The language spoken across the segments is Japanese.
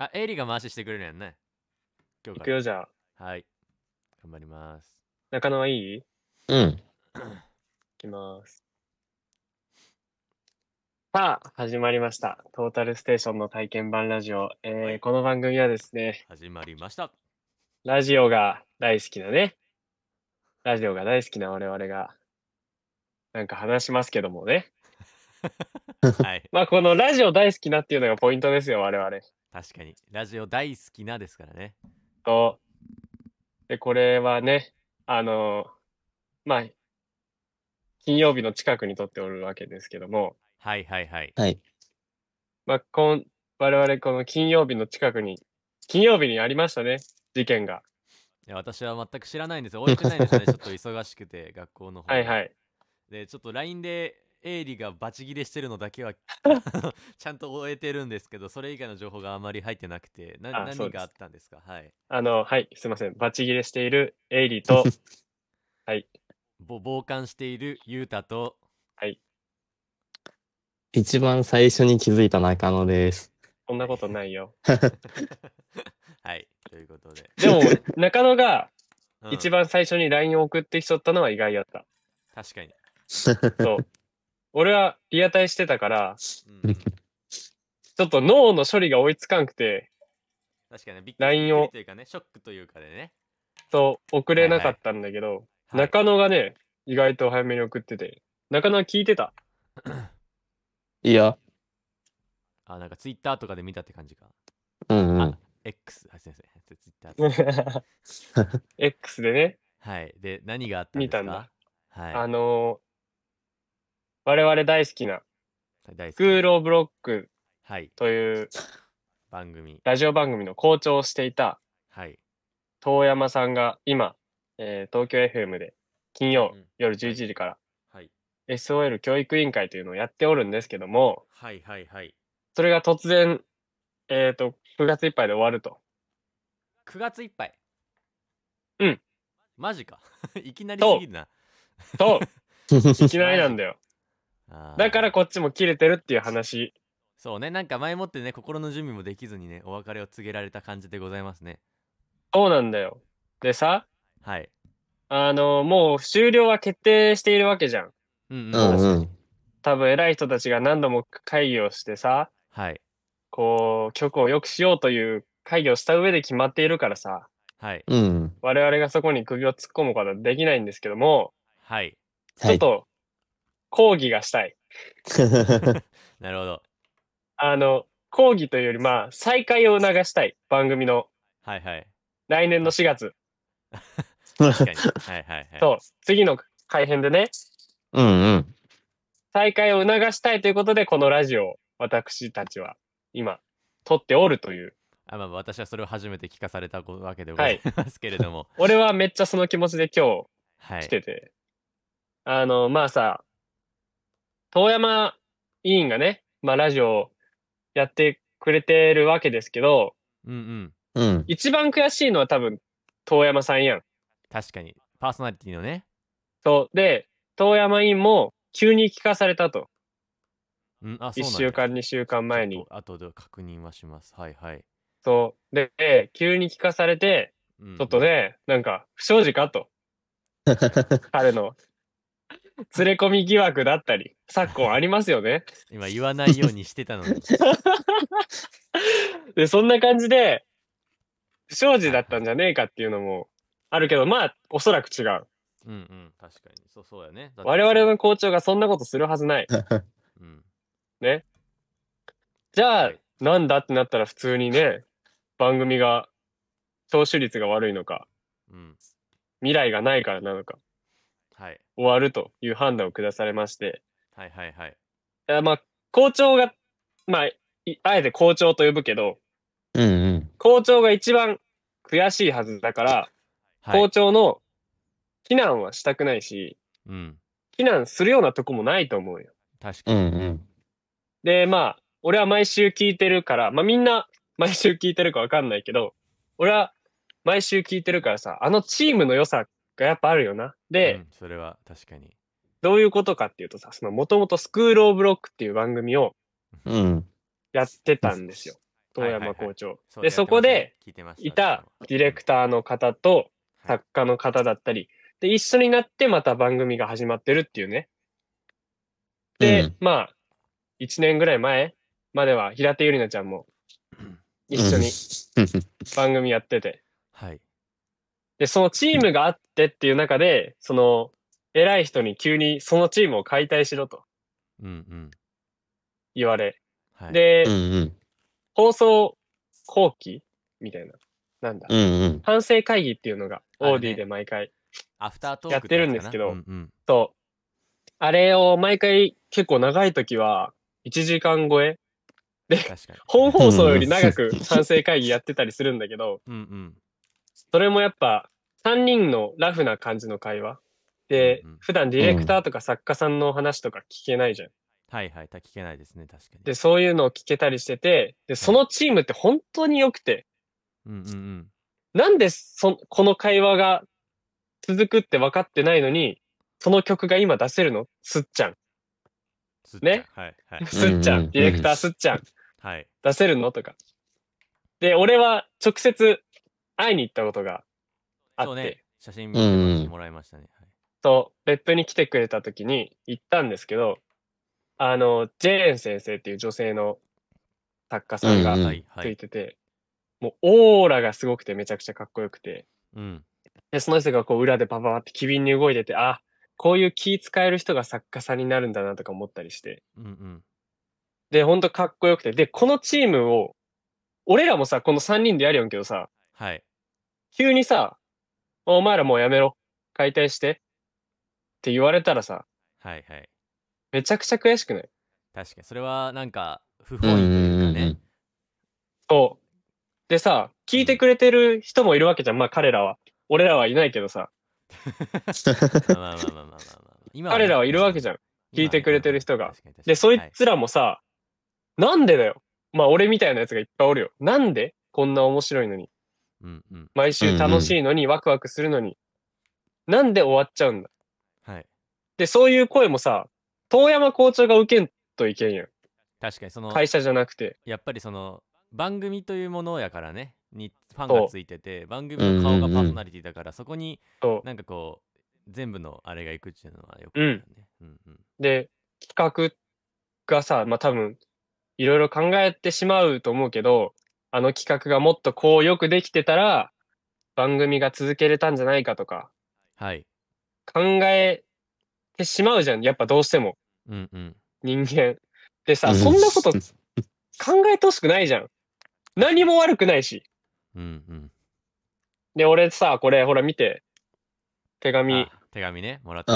あ、エイリが回ししてくれるやんね。今日か行くよ、じゃあ。 ら。はい。頑張ります。 中野はいい？行うん。 きます。さあ、始まりました。トータルステーションの体験版ラジオ。 はいこの番組はですね、 始まりました。 ラジオが大好きなね、ラジオが大好きな我々が、なんか話しますけどもね。 はい。 まあ、このラジオ大好きなっていうのがポイントですよ、我々。 確かに。ラジオ大好きなですからね。 と、で、これはね、まあ、金曜日の近くに撮っておるわけですけども、 はいはいはい。 はい。 まあ、我々この金曜日の近くに、金曜日にありましたね、事件が。 いや私は全く知らないんですよ。終えてないんですよね。ちょっと忙しくて、学校の方が。 はいはい。 で、ちょっと LINE でエイリがバチ切れしてるのだけはちゃんと終えてるんですけど、それ以外の情報があまり入ってなくて、 そうです。 何があったんですか？はい。 はい、すいません。バチ切れしているエイリと、はい、 傍観しているユータと、 はい。 一番最初に気づいた中野です。 そんなことないよ。 はい。ということで。 でも、中野がうん、 一番最初に LINE を送ってきとったのは意外やった。 確かに。 そう。俺はリアタイしてたから、 うんうん、 ちょっと脳の処理が追いつかんくて、 確かにびっく LINE りをというかね、ショックというかでね。 送はいはい。 れなかったんだけど、 はい。 中野がね、意外と早めに送ってて、中野は聞いてた。 いや。 あ、なんかツイッターとかで見たって感じか。 うんうん。 あ、X。すいません。ツイッター。 X でね、 はい。で、何があったんですか？ 見たんだ。 はい。 我々大好きな、 大好きな。 スクールオブロックはい。 という番組。 ラジオ番組の校長をしていたはい。 遠山さんが今、東京 FM で金曜うん夜11時からはい。 SOL 教育委員会というのをやっておるんですけども、 はいはいはい。 それが突然、9月いっぱいで終わると。 9月いっぱい。 うん。 マジか。いきなりすぎるな。 そういきなりなんだよ。だからこっちも切れてるっていう話。 そうね、なんか前もってね、心の準備もできずにね、お別れを告げられた感じでございますね。 そうなんだよ。でさ、 はい。 もう終了は決定しているわけじゃん。 うんうん、 うん確かに。 多分偉い人たちが何度も会議をしてさ、 はい。 こう、局を良くしようという会議をした上で決まっているからさ、 はい。 うん。 我々がそこに首を突っ込むことはできないんですけども、 はい。 はい。 ちょっと抗議がしたい。 なるほど。 抗議というよりまあ、再開を促したい。番組のはいはい。 来年の4月。 確かに。はいはいはい。 そう、次の改編でね、 うんうん。 再開を促したいということで、このラジオを私たちは今、撮っておるという。 まあ、私はそれを初めて聞かされたわけでごはいざいますけれども。 俺はめっちゃその気持ちで今はい。 日来てて。まあさ、遠山委員がね、まあラジオをやってくれてるわけですけど、 うんうん。 うん。 一番悔しいのは多分、遠山さんやん。 確かに。パーソナリティのね。 そう。で、遠山委員も急に聞かされたと。 うん、あ、そ 1 うなんや。 週間、2週間前に。 ちょっと後で確認はします。はいはい。 そう。で、急に聞かされて、 うんうん、 ちょっとね、なんか、不祥事かと。彼の連れ込み疑惑だったり、昨今ありますよね。 今言わないようにしてたのに。 で、そんな感じで、不祥事だったんじゃねえかっていうのもあるけど、まあ、おそらく違う。 うんうん、確かに。そうやね。だって我々の校長がそんなことするはずない。 うん。 ね。じゃあ、 はいなんだってなったら普通にね、番組が、聴取率が悪いのか、 うん。 未来がないからなのか、 はい。 終わるという判断を下されまして、 はいはいはい。 まあ、校長が、まあ、あえて校長と呼ぶけど、 うんうん。 校長が一番悔しいはずだから、 はい。 校長の非難はしたくないし、 うん。 非難するようなとこもないと思うよ。 確かに。 うんうん。 で、まあ、俺は毎週聞いてるから、まあみんな毎週聞いてるかわかんないけど、俺は毎週聞いてるからさ、あのチームの良さがやっぱあるよな。で、 うん、それは確かに。 どういうことかっていうとさ、もともとスクールオブロックっていう番組をうん。 やってたんですよ。 遠山校長。 そうで、そこで聞いてましたいたディレクターの方と作家の方だったり、で、一緒になってまた番組が始まってるっていうね。で、まあ、1年ぐらい前までは平手友梨奈ちゃんも一緒に番組やってて。 はい。 で、そのチームがあってっていう中で、その、偉い人に急にそのチームを解体しろとうんうん。 言われ。 はい。 で、放送後期みたいな。なんだ。反省会議っていうのが、オーディで毎回アフタートークやってるんですけど、 うんうん、 そう。あれを毎回結構長い時は1時間超えで、本放送より長く反省会議やってたりするんだけど、 うんうん、 それもやっぱ3人のラフな感じの会話で、 うんうん、 普段ディレクターとか作家さんの話とか聞けないじゃん。 はいはい、聞けないですね、確かに。 で、そういうのを聞けたりしてて、で、そのチームって本当に良くて、 うんうんうん、 なんでこの会話が続くって分かってないのに、その曲が今出せるのすっちゃん。ね、 はいはい、 すっちゃん、ディレクターすっちゃん。 はい。 出せるのとか。で、俺は直接会いに行ったことがあって。 そうね、写真見てもらいましたね。 そう、別府に来てくれた時に行ったんですけど、ジェーン先生っていう女性の作家さんがついてて、もうオーラがすごくてめちゃくちゃかっこよくて、で、その人がこう裏でパパパって機敏に動いてて、あ、こういう気使える人が作家さんになるんだなとか思ったりして。で、ほんとかっこよくて、で、このチームを、俺らもさ、この3人でやるやんけどさ、急にさ、お前らもうやめろ。解体して。って言われたらさ、めちゃくちゃ悔しくない？ 確かに、それはなんか、不本意というかね。 そう。でさ、聞いてくれてる人もいるわけじゃん。まあ彼らは。俺らはいないけどさ。彼らはいるわけじゃん。聞いてくれてる人が。で、そいつらもさ、なんでだよ。まあ俺みたいなやつがいっぱいおるよ。なんでこんな面白いのに。毎週楽しいのに、ワクワクするのに。なんで終わっちゃうんだ。で、そういう声もさ、遠山校長が受けんといけんやん。 確かにその、 会社じゃなくて。 やっぱりその、番組というものやからね、にファンがついてて、番組の顔がパーソナリティだから、そこに、なんかこう、全部のあれがいくっていうのはよくあるよね。 で、企画がさ、まあ多分、いろいろ考えてしまうと思うけど、あの企画がもっとこうよくできてたら、番組が続けれたんじゃないかとか、考えてしまうじゃん。やっぱどうしても。人間。でさ、そんなこと考えてほしくないじゃん。何も悪くないし。で、俺さ、これほら見て。手紙ね、 もらった。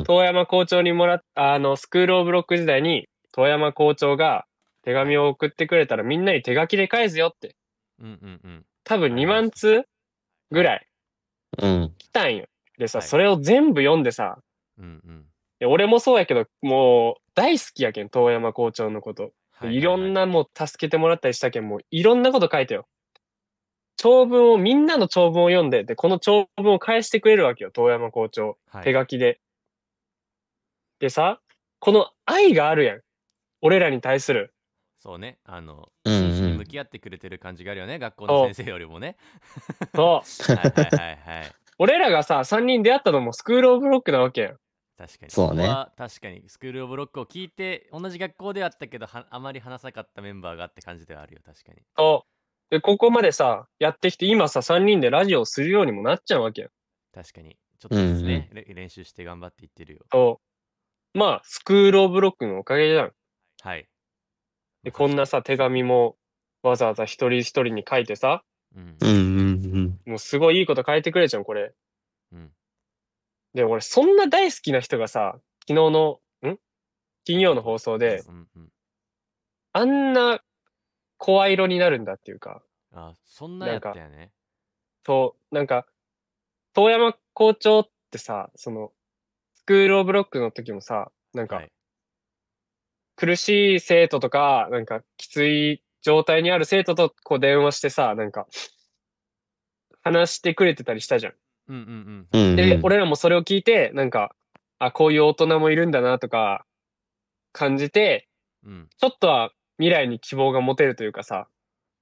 遠山校長にスクールオブロック時代に、遠山校長が手紙を送ってくれたらみんなに手書きで返すよって。多分2万通ぐらい来たんよ。でさ、それを全部読んでさ、俺もそうやけど、もう大好きやけん、遠山校長のこと。いろんなもう助けてもらったりしたけん、もういろんなこと書いてよ。みんなの長文を読んで、で、この長文を返してくれるわけよ、遠山校長。手書きで。でさ、この愛があるやん。俺らに対する。 そうね。真摯に向き合ってくれてる感じがあるよね。学校の先生よりもね。 そう。俺らがさ、3人出会ったのもスクールオブロックなわけやん。 確かに。 そうね。 確かに、スクールオブロックを聞いて、同じ学校であったけど、あまり話さなかったメンバーがって感じではあるよ、確かに。 そう。で、ここまでさ、やってきて、今さ、3人でラジオをするようにもなっちゃうわけやん。 確かに。ちょっとですね、練習して頑張っていってるよ。 そう。まあ、スクールオブロックのおかげじゃん。で、こんなさ、手紙もわざわざ一人一人に書いてさ、もうすごいいいこと書いてくれちゃん、これ。で、俺、そんな大好きな人がさ、昨日の、金曜の放送で、あんな声色になるんだっていうか。 そんなやったよね。 そう、なんか、遠山校長ってさ、スクールオブロックの時もさ、なんか、苦しい生徒とか、なんか、きつい状態にある生徒とこう電話してさ、なんか、話してくれてたりしたじゃん。で、俺らもそれを聞いて、なんか、こういう大人もいるんだなとか、感じて、ちょっとは未来に希望が持てるというかさ、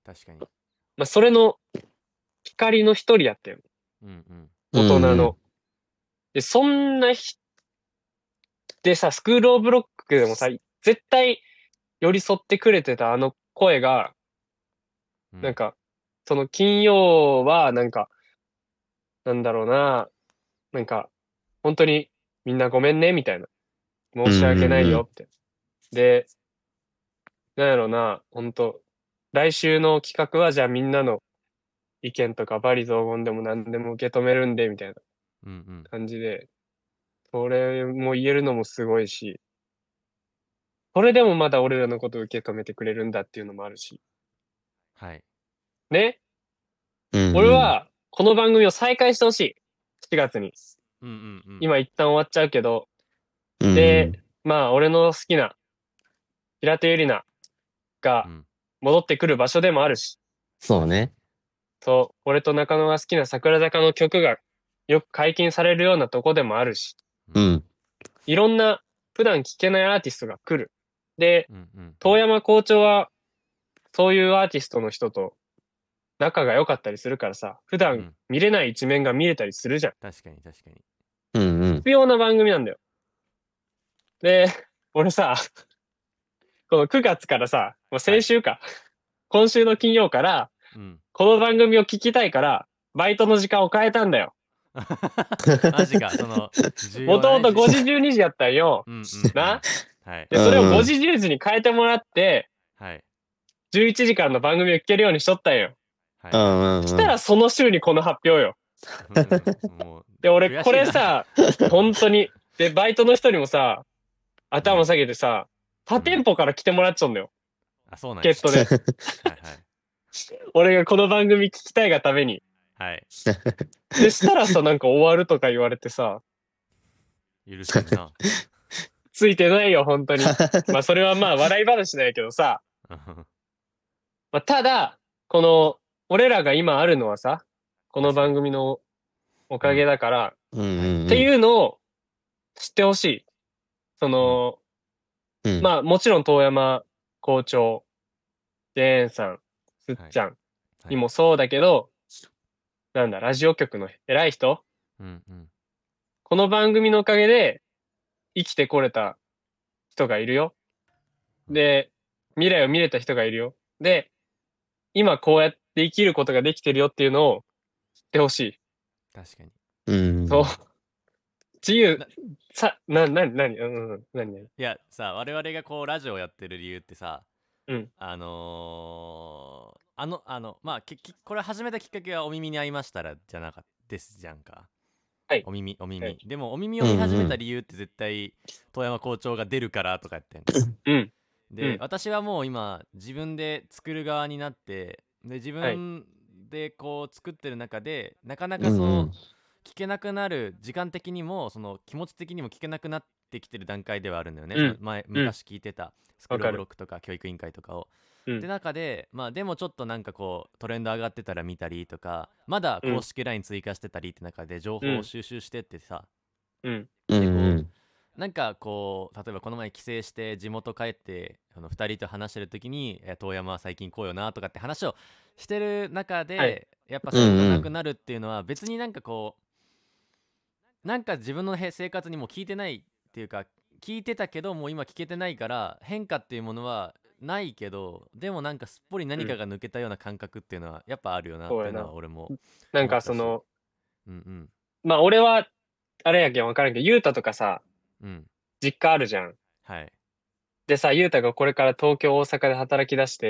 確かに。 まあ、それの光の一人やったよ。 うん大人の。で、そんなでさ、スクールオブロックでもさ、絶対寄り添ってくれてたあの声が、 うん。 なんか、その金曜は、なんか、なんだろうな、なんか、本当にみんなごめんね、みたいな。申し訳ないよって。で、なんやろうな、本当来週の企画はじゃあみんなの意見とかバリ雑言でも何でも受け止めるんで、みたいなうんうん感じで、それも言えるのもすごいし、それでもまだ俺らのことを受け止めてくれるんだっていうのもあるし。 はい。 ね、俺は、この番組を再開してほしい。7月に。 うんうんうん。 今一旦終わっちゃうけど。で、まあ、俺の好きな、平手友梨奈が戻ってくる場所でもあるし。 そうね。 そう、俺と中野が好きな桜坂の曲がよく解禁されるようなとこでもあるし。いろんな普段聴けないアーティストが来る。で、遠山校長は、そういうアーティストの人と仲が良かったりするからさ、普段見れない一面が見れたりするじゃん。 確かに確かに。 必要な番組なんだよ。で、俺さ、この9月からさ、もう先週か、今週の金曜から、この番組を聞きたいから、バイトの時間を変えたんだよ。 マジか、その、 もともと5時12時やったんよ。な、で、それを5時10時に変えてもらって、11時からの番組を聞けるようにしとったんよ。したらその週にこの発表よ。で、俺これさ、本当に、で、バイトの人にもさ、頭下げてさ、他店舗から来てもらっちゃうんだよ。 あ、そうなんゲットで。俺がこの番組聞きたいがために。 はい。 でしたらさ、なんか終わるとか言われてさ。 許せんな。 ついてないよ、本当に。まあ、それはまあ、笑い話だけどさ。まあ、ただ、この、俺らが今あるのはさ、この番組のおかげだから、っていうのを知ってほしい。その、まあ、もちろん遠山校長、ジェーンさん、すっちゃんにもそうだけど、なんだ、ラジオ局の偉い人、この番組のおかげで生きてこれた人がいるよ。で、未来を見れた人がいるよ。で、今こうやって生きることができてるよっていうのを知ってほしい。 確かに。 そう。自由、何いや、さ、我々がこう、ラジオやってる理由ってさ、まあ、これ始めたきっかけはお耳に合いましたらじゃなかったですじゃんか。 はい。 お耳。でも、お耳を見始めた理由って絶対、遠山校長が出るからとかやってんか。で、私はもう今、自分で作る側になって、で、自分でこう作ってる中で、なかなかその、聞けなくなる、時間的にも、その気持ち的にも聞けなくなってきてる段階ではあるんだよね。その昔聞いてたスクールオブロックとか教育委員会とかを。って中で、まあでもちょっとなんかこうトレンド上がってたら見たりとか、まだ公式 LINE 追加してたりって中で情報を収集してってさ、でこうなんかこう例えばこの前帰省して地元帰って2人と話してる時に遠山は最近こうよなとかって話をしてる中で、やっぱそういうのがなくなるっていうのは別になんかこうなんか自分の生活にも聞いてないっていうか、聞いてたけどもう今聞けてないから変化っていうものはないけど、でもなんかすっぽり何かが抜けたような感覚っていうのはやっぱあるよなっていうのは俺もなんかその、まあ俺はあれやけん分からんけど、ゆうたとかさ、実家あるじゃん。でさ、ゆうたがこれから東京大阪で働き出して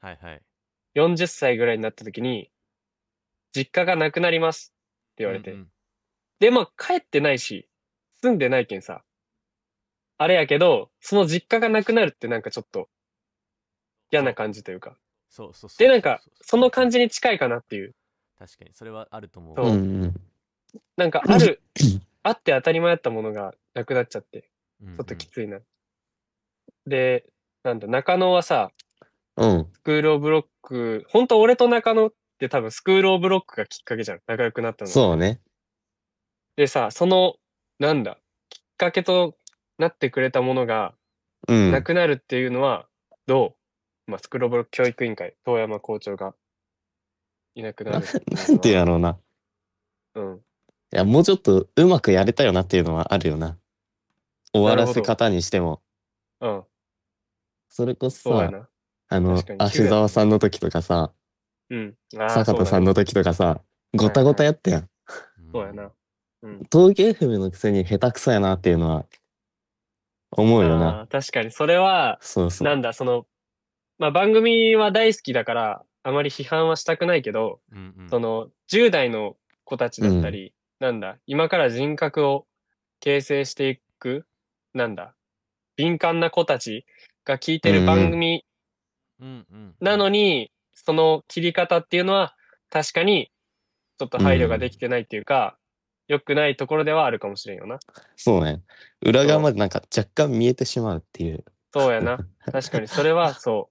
、40歳ぐらいになった時に実家がなくなりますって言われて、でまあ帰ってないし住んでないけんさ、あれやけどその実家がなくなるってなんかちょっと嫌な感じというか。で、なんか、その感じに近いかなっていう。 確かに、それはあると思う。 そう。なんか、あって当たり前だったものがなくなっちゃって、ちょっときついな。で、なんだ、中野はさ、スクールオブロック、本当俺と中野って多分スクールオブロックがきっかけじゃん。仲良くなったの。 そうね。 でさ、その、なんだ、きっかけとなってくれたものが、なくなるっていうのは、どうまあ、スクローブロック教育委員会、遠山校長がいなくなる。 なんてやろうな。 うん。 いや、もうちょっとうまくやれたよなっていうのはあるよな。終わらせ方にしても。 うん。 それこそさ、 そうやな。確かに芦沢さんの時とかさ、 うん。ああ、 坂そうだね。 田さんの時とかさ、ごたごたやったやん。 そうやな。うん。 陶芸踏のくせに下手くそやなっていうのは思うよな。 ああ、確かに。それは、 そうそう。 なんだ、まあ、番組は大好きだから、あまり批判はしたくないけど、10代の子たちだったり、なんだ、今から人格を形成していく、なんだ、敏感な子たちが聞いてる番組なのに、その切り方っていうのは、確かに、ちょっと配慮ができてないっていうか、良くないところではあるかもしれんよな。 そうね。裏側までなんか若干見えてしまうっていう。 そうやな。確かに、それはそう。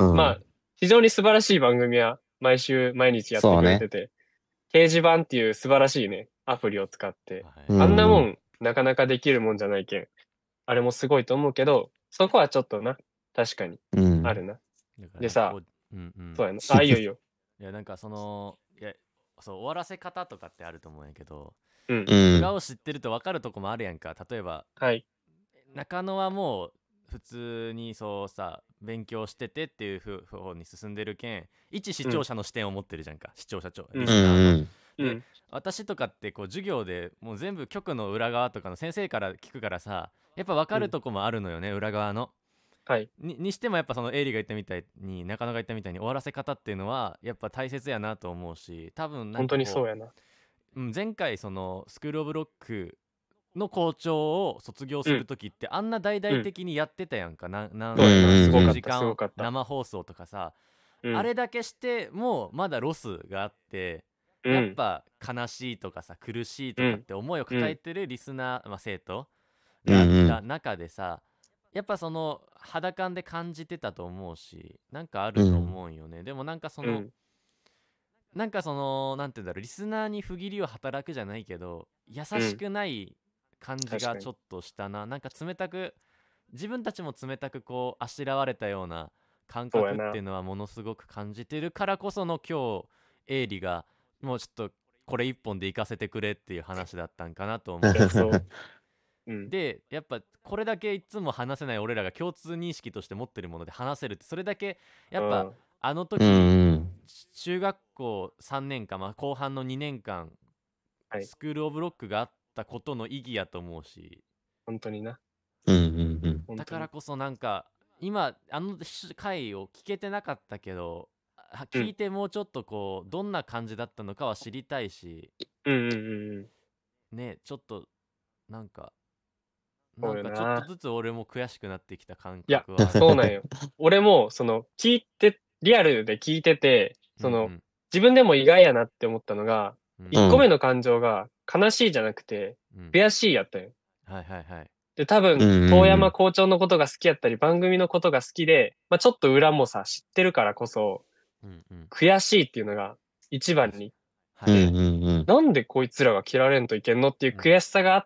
うん。 まあ、非常に素晴らしい番組は毎週毎日やってくれてて、掲示板っていう素晴らしいね、アプリを使って、あんなもんなかなかできるもんじゃないけん、あれもすごいと思うけど、そこはちょっとな、確かに、あるな。でさ、そうやな。あ、いいよいいよ。 いや、なんかいや、そう、終わらせ方とかってあると思うんやけど、裏を知ってると分かるとこもあるやんか。例えば、中野はもう普通にそうさ、勉強しててっていう方に進んでるけん、一視聴者の視点を持ってるじゃんか、視聴者リスナーの。で、私とかってこう授業でもう全部局の裏側とかの先生から聞くからさ、やっぱ分かるとこもあるのよね、裏側の。にしてもやっぱそのエイリが言ったみたいに、中野が言ったみたいに終わらせ方っていうのはやっぱ大切やなと思うし、多分なんかこう、 本当にそうやな。 前回そのスクールオブロックの校長を卒業する時って、あんな大々的にやってたやんか。数時間生放送とかさ、あれだけしてもまだロスがあって、やっぱ悲しいとかさ、苦しいとかって思いを抱えてるリスナー、生徒がいた中でさ、やっぱその肌感で感じてたと思うし、なんかあると思うんよね。でもなんかなんていうんだろう、リスナーに不義理を働くじゃないけど、優しくない感じがちょっとしたな。なんか冷たく、自分たちも冷たくこうあしらわれたような感覚っていうのはものすごく感じてるからこその今日エイリがもうちょっとこれ一本で行かせてくれっていう話だったんかなと思う。でやっぱこれだけいつも話せない俺らが共通認識として持ってるもので話せるって、それだけやっぱあの時、中学校3年間、後半の2年間、スクールオブロックがあったことの意義やと思うし、 本当にな。 だからこそなんか今あの回を聞けてなかったけど、聞いてもうちょっとこうどんな感じだったのかは知りたいし、ね、ちょっとなんかちょっとずつ俺も悔しくなってきた感覚は。 いや、そうなんよ。俺もリアルで聞いてて、自分でも意外やなって思ったのが、1個目の感情が悲しいじゃなくて、悔しいやったよ。で、多分、遠山校長のことが好きやったり、番組のことが好きで、ちょっと裏もさ、知ってるからこそ、悔しいっていうのが一番に。なんでこいつらが切られんといけんのっていう悔しさがあって、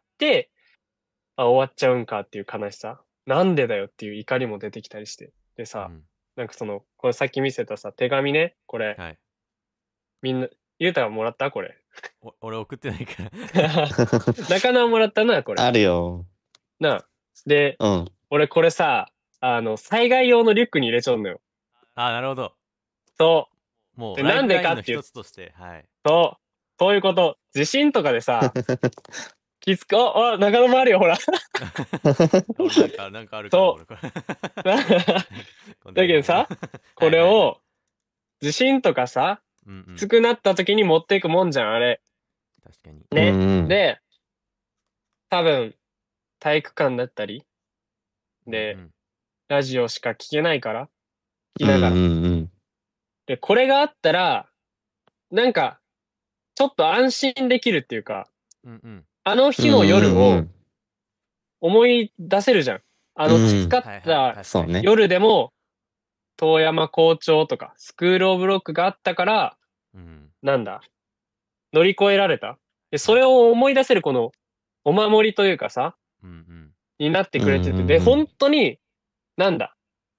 終わっちゃうんかっていう悲しさ。なんでだよっていう怒りも出てきたりして。でさ、なんかこれさっき見せたさ、手紙ね、これ。みんな、ゆうたがもらったこれ。 俺送ってないから。 中野はもらったな、これ。 あるよ。 なあ。で、俺これさ、災害用のリュックに入れちゃうんだよ。 なるほど。 そう。 もう、なんでかっていう。一つとして、 そう。そういうこと。地震とかでさ、中野もあるよ、ほら。 なんかあるから。そう。だけどさ、これを、地震とかさ、きつくなった時に持っていくもんじゃん、あれ。 確かに。 ね。で、多分、体育館だったり、で、ラジオしか聞けないから、聞きながら。で、これがあったら、なんか、ちょっと安心できるっていうか、あの日の夜を思い出せるじゃん。きつかった夜でも、遠山校長とか、スクールオブロックがあったから、なんだ、乗り越えられた。で、それを思い出せるこの、お守りというかさ、になってくれてて、で、本当に、なんだ、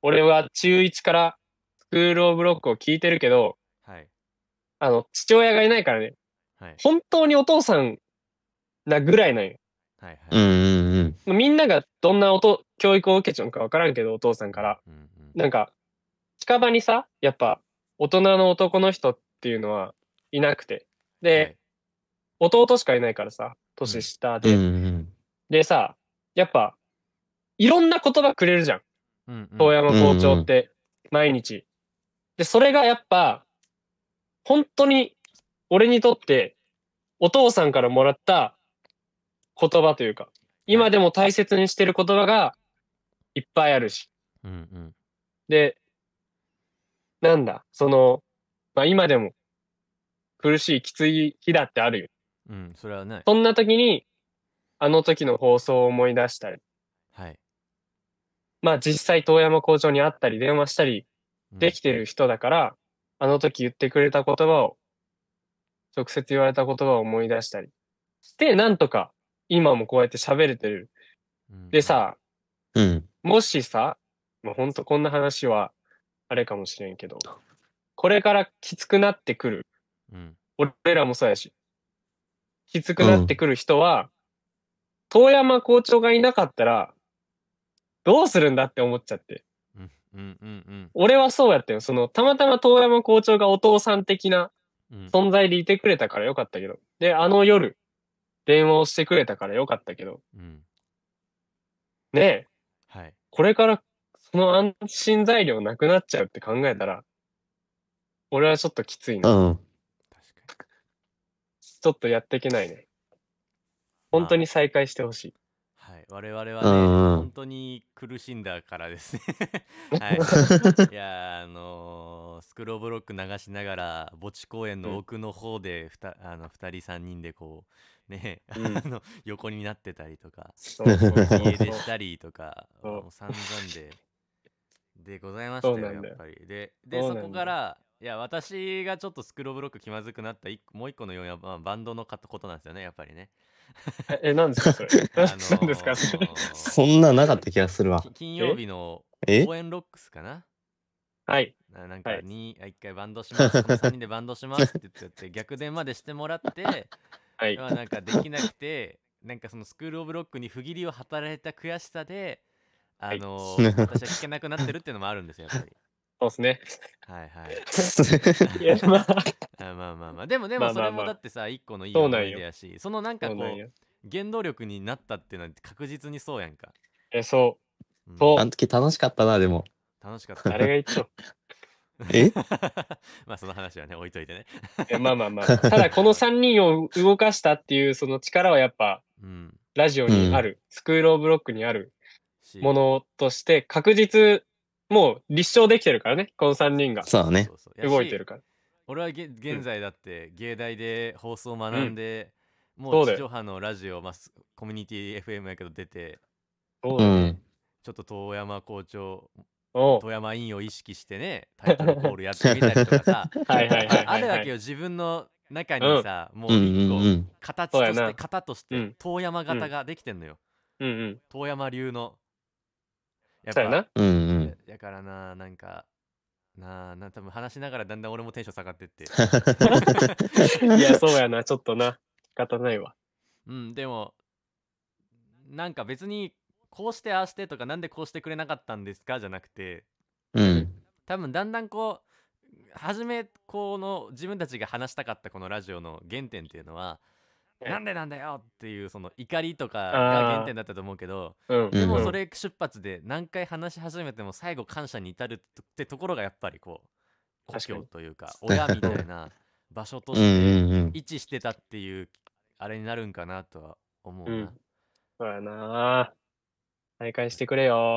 俺は中1からスクールオブロックを聞いてるけど、 はい。 父親がいないからね、 はい。 本当にお父さんなぐらいなんよ。 はいうんはい。 うんうん。 みんながどんな教育を受けちゃうのかわからんけど、お父さんから。 うんうん。 なんか、近場にさ、やっぱ、大人の男の人っていうのはいなくて。 はで、 い。 弟しかいないからさ、 う年ん。 うん下で。 うんでさ、やっぱ、いろんな言葉くれるじゃん。 うんうん。 遠山校長って、毎日。で、それがやっぱ、本当に、俺にとって、お父さんからもらった言葉というか、 は今い。 でも大切にしてる言葉がいっぱいあるし。 うんうん。 で、なんだ、まあ今でも苦しいきつい日だってあるよ。 うん、それはね。 そんな時に、あの時の放送を思い出したり、 はい。 まあ実際遠山校長に会ったり電話したりうん。 できてる人だから、あの時言ってくれた言葉を、直接言われた言葉を思い出したりして、なんとか今もこうやって喋れてる。 うんうん。 でさ、 うん。 もしさ、まあほんとこんな話はあれかもしれんけど、これからきつくなってくる。 うん。 俺らもそうやし、きつくうん。 なってくる人は、遠山校長がいなかったら、どうするんだって思っちゃって。 うんうんうん俺はそうやったよ。たまたま遠山校長がお父さん的なうん。うん。 存在でいてくれたからよかったけど。で、あの夜、電話をしてくれたからよかったけど。 うん。 ねえ、 はい。 これからその安心材料なくなっちゃうって考えたら、俺はちょっときついな。 うん。 確かちょっとやっていけないね。 に。 本当に再開してほしい。 はい。我々はうね、 ん。うん。 本当に苦しんだからですね。はい。いやスクローブロック流しながら墓地公園うん。 の奥の方で2人3人でこうねうん。 横になってたりとかそうそうそう家出そう。 したりとかそう。 もう散々でございましたよそうなんだよ。 やっぱりでそそうなんだよ。 こからいや私がちょっとスクローブロック気まずくなったもう一個の要因は、まあ、バンドのことなんですよねやっぱりね何ですかそれ。 あ何ですかそれ。 そんななかった気がするわ。 金曜え日のえ応援ロックスかなはい。 なんかはい。 一回バンドしますこの3人でバンドしますって言って逆電話でしてもらってはい。 なんかできなくてなんかそのスクールオブロックに不義理を働いた悔しさではい。 私は聞けなくなってるっていうのもあるんですよやっぱりそうですね。 はいはいいや、まあ、 まあまあまあでもそれまあまあまあ。 もだってさ一個のいい思そうなんよ。 い出やしそのなんかこそうなんよ。 う原動力になったっていうのは確実にそうやんかそう。 うんあの時楽しかったな、でも。 楽しかった誰が言っとん。 えまあその話はね置いといてねまあまあまあまあ。ただこのまあ 3人を動かしたっていうその力はやっぱ、 うんラジオうん。 にある、スクールオブロックにあるもしのとして確実、もう立証できてるからね。この3人がそうだね。 やし動いてるから。 俺はうん。 現在だって芸大で放送を学んうん。 でもうそうだよ。 地上波のラジオ、まあ、コミュニティ FM やけど出てそうだよ。 うん。 ちょっと遠山校長おう。 遠山委員を意識してねタイトルコールやってみたりとかさはいはいはいはいはい。 あるわけよ自分の中うん。 にさうんもう一個うん形としてそうやな。 型としてうん。 遠山うん。 型ができてんのようんうん。 遠山流のやっぱそうやな。 うん。うんうん。 やからなんか多分話しながらだんだん俺もテンション下がってっていや、そうやな。ちょっとな。仕方ないわ。 うんでもなんか別にこうしてああしてとかなんでこうしてくれなかったんですかじゃなくてうん。 多分だんだんこう初めこの自分たちが話したかったこのラジオの原点っていうのははい。 なんでなんだよっていうその怒りとかが原あ点だったと思うけどあ、うん、 でうん。 うん。 もそれ出発で何回話し始めても最後感謝に至るってところがやっぱりこう故確かに。 郷というか親みうん。 たいな場所とうんしてうんうん。 位置してたっていうあれになるんかなとは思うなうん。そうやな。再開してくれよ。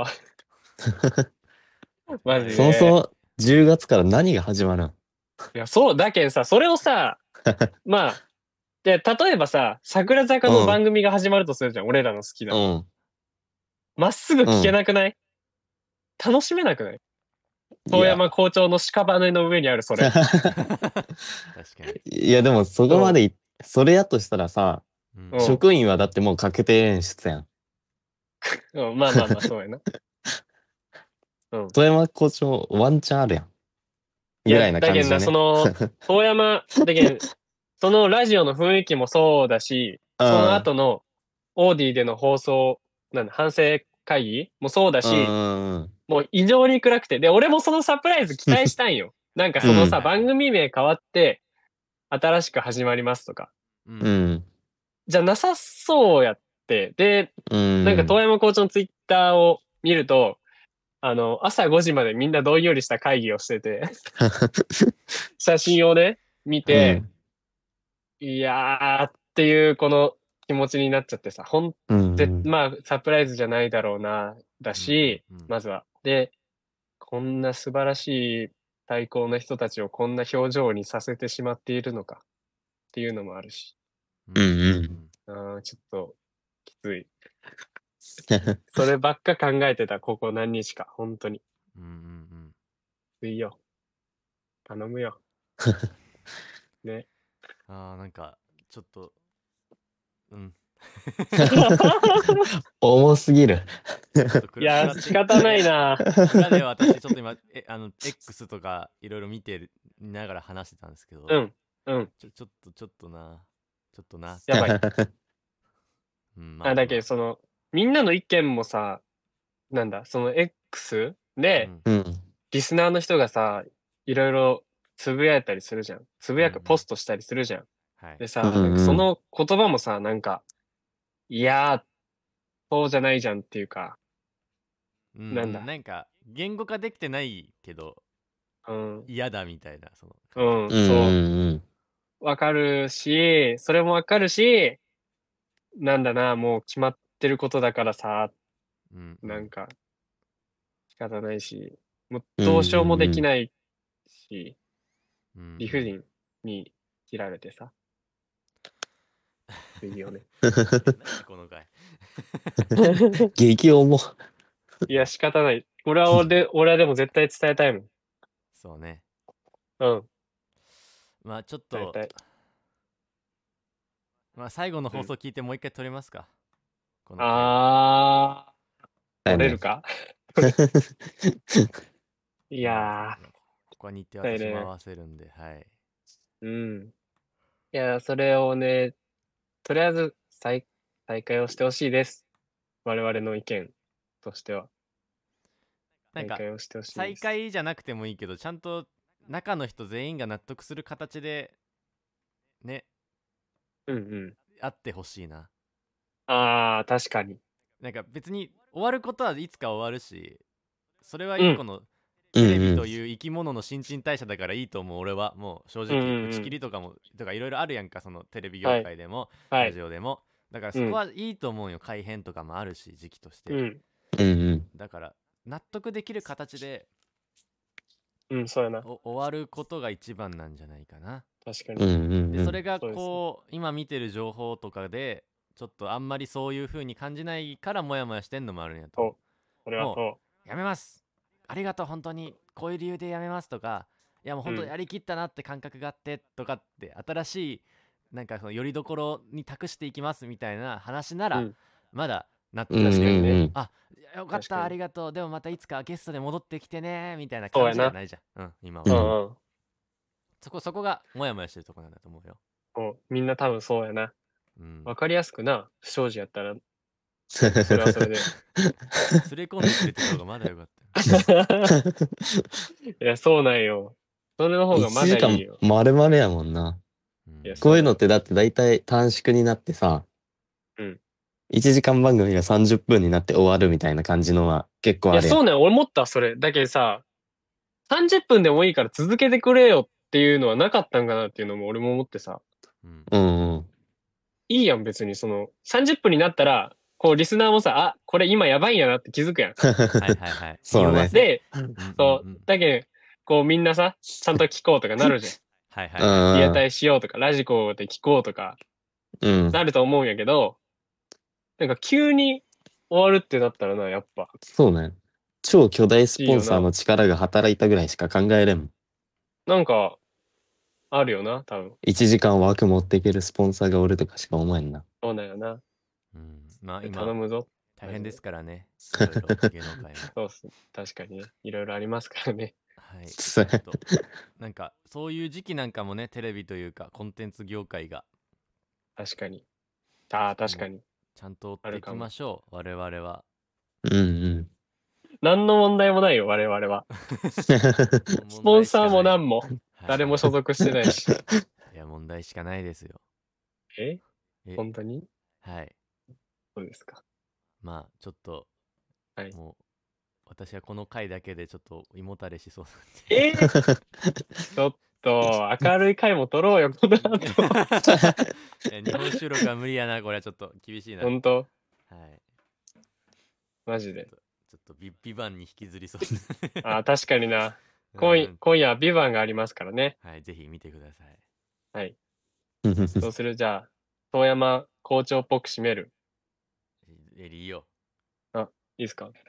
マジで。 そもそも10月から何が始まるん？ いや、そう、だけんさ、それをさ、まあ、で、例えばさ、桜坂のうん。 番組が始まるとするじゃん。俺らの好きな。 うん。 まっすぐ聞けうん。 なくない？楽しめなくない？ いや。 遠山校長の屍の上にあるそれ。 確かにいや、でもそこまそでそれやとしたらさ、 うんう。うん。 職員はだってもう確定演出やん。 うん、まあまあまあ、そうやな。 富山校長ワンチャンあるやん。ぐらいな感じで、ね。 だけどな、遠山、だけど、そのラジオの雰囲気もそうだし、その後のオーディでの放送、反省会議もそうだし、もう異常に暗くて。で、俺もそのサプライズ期待したんよ。なんかそのさ、番組名変わって、新しく始まりますとか。じゃなさそうやって。で、なんか遠山校長のツイッターを見ると、朝5時までみんなどんよりした会議をしてて、写真をね、見て、いやーっていうこの気持ちになっちゃってさ、まあ、サプライズじゃないだろうな、だし、まずは。で、こんな素晴らしい最高な人たちをこんな表情にさせてしまっているのかっていうのもあるし。ちょっと、きつい。そればっか考えてた、ここ何日か、本当に。いいよ。頼むよ。ね。 なんか、ちょっと、 重すぎる。 いや、仕方ないな。 裏で私、ちょっと今、X とかいろいろ見ながら話してたんですけど、ちょっとな。 やばい。だけど、みんなの意見もさ、その X で、リスナーの人がさ、いろいろつぶやいたりするじゃん。つぶやくポストしたりするじゃん。でさ、なんかその言葉もさ、なんか、いやー、そうじゃないじゃんっていうか、 なんか、言語化できてないけど、嫌だみたいな、 そう。わかるし、それもわかるし、もう決まってることだからさ、なんか、仕方ないし、もうどうしようもできないし、理不尽に切られてさ。いいよね。 この回。 激重。 いや、仕方ない。俺はでも絶対伝えたいもん。 そうね。まあちょっと、まあ最後の放送聞いてもう一回撮れますか、この回。撮れるかいやー。 ここに行って私回せるんで、はい。 いや、それをね、とりあえず再開をしてほしいです。我々の意見としては。 なんか再開じゃなくてもいいけど、ちゃんと中の人全員が納得する形でね、あってほしいな。 確かに。 なんか別に終わることはいつか終わるし、それは一個のテレビという生き物の新陳代謝だからいいと思う。俺はもう正直打ち切りとかいろいろあるやんか、そのテレビ業界でも、ラジオでも。だからそこはいいと思うよ。改編とかもあるし、時期として。だから納得できる形でそうやな。 終わることが一番なんじゃないかな。 確かに。 でそれがこう今見てる情報とかでちょっとあんまりそういう風に感じないからモヤモヤしてんのもあるんやと。 これはそう。 やめます、ありがとう本当にこういう理由でやめますとか、いやもう本当やりきったなって感覚があってとかって、新しいなんかそのよりどころに託していきますみたいな話なら、まだ納得してるね。あ、よかったありがとう、でもまたいつかゲストで戻ってきてねみたいな感じじゃないじゃん。今はそこがモヤモヤしてるとこなんだと思うよ。 みんな多分そうやな。わかりやすくな、不祥事やったらそれはそれで連れ込んでくれてた方がまだよかったいやそうなんよ。それの方がまだいいよ。 1時間丸々やもんな。こういうのってだって大体短縮になってさ、1時間番組が30分になって終わるみたいな感じのは結構あるやん。 いやそうなんよ。俺思ったそれだけどさ、30分でもいいから続けてくれよっていうのはなかったんかなっていうのも俺も思ってさ。いいやん別にその30分になったらこうリスナーもさ、これ今やばいんやなって気づくやん。 そうね。 で、だけどこうみんなさ、ちゃんと聞こうとかなるじゃん。リアタイしようとかラジコで聞こうとかなると思うんやけど、なんか急に終わるってなったらな、やっぱ。 そうね。超巨大スポンサーの力が働いたぐらいしか考えれんもん。 なんか、あるよな、多分。 1時間枠持っていけるスポンサーがおるとかしか思えんな。 そうだよな。まあ今、頼むぞ。 大変ですからね。いろいろ芸能界も。 そうっす。確かにね。いろいろありますからね。 はい。ちょっとなんかそういう時期なんかもね、テレビというかコンテンツ業界が確かに。ああ、確かに。 ちゃんと追っていきましょう、我々は。 うんうん。 何の問題もないよ、我々は。スポンサーも何も、誰も所属してないし。 いや、問題しかないですよ。 本当に？ はい。 そうですか。 まあ、ちょっと、 はい、 もう、私はこの回だけでちょっと胃もたれしそうなんで。 ちょっと、明るい回も撮ろうよ、この後。 日本収録は無理やな、これはちょっと厳しいな。 本当？ はい。 マジで。 ちょっとビバンに引きずりそう。 ああ、確かにな。今夜はビバンがありますからね。 はい、ぜひ見てください。 はい。そうする、じゃあ、遠山校長っぽく締める。 いいよ。 あ、いいですか？ はい。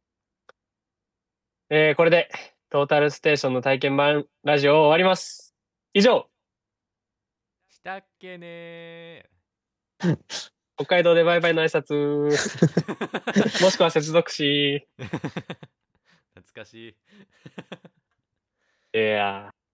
これで、トータルステーションの体験版ラジオを終わります。以上。 したっけねー。北海道でバイバイの挨拶。もしくは接続詞。 懐かしい。 いやー。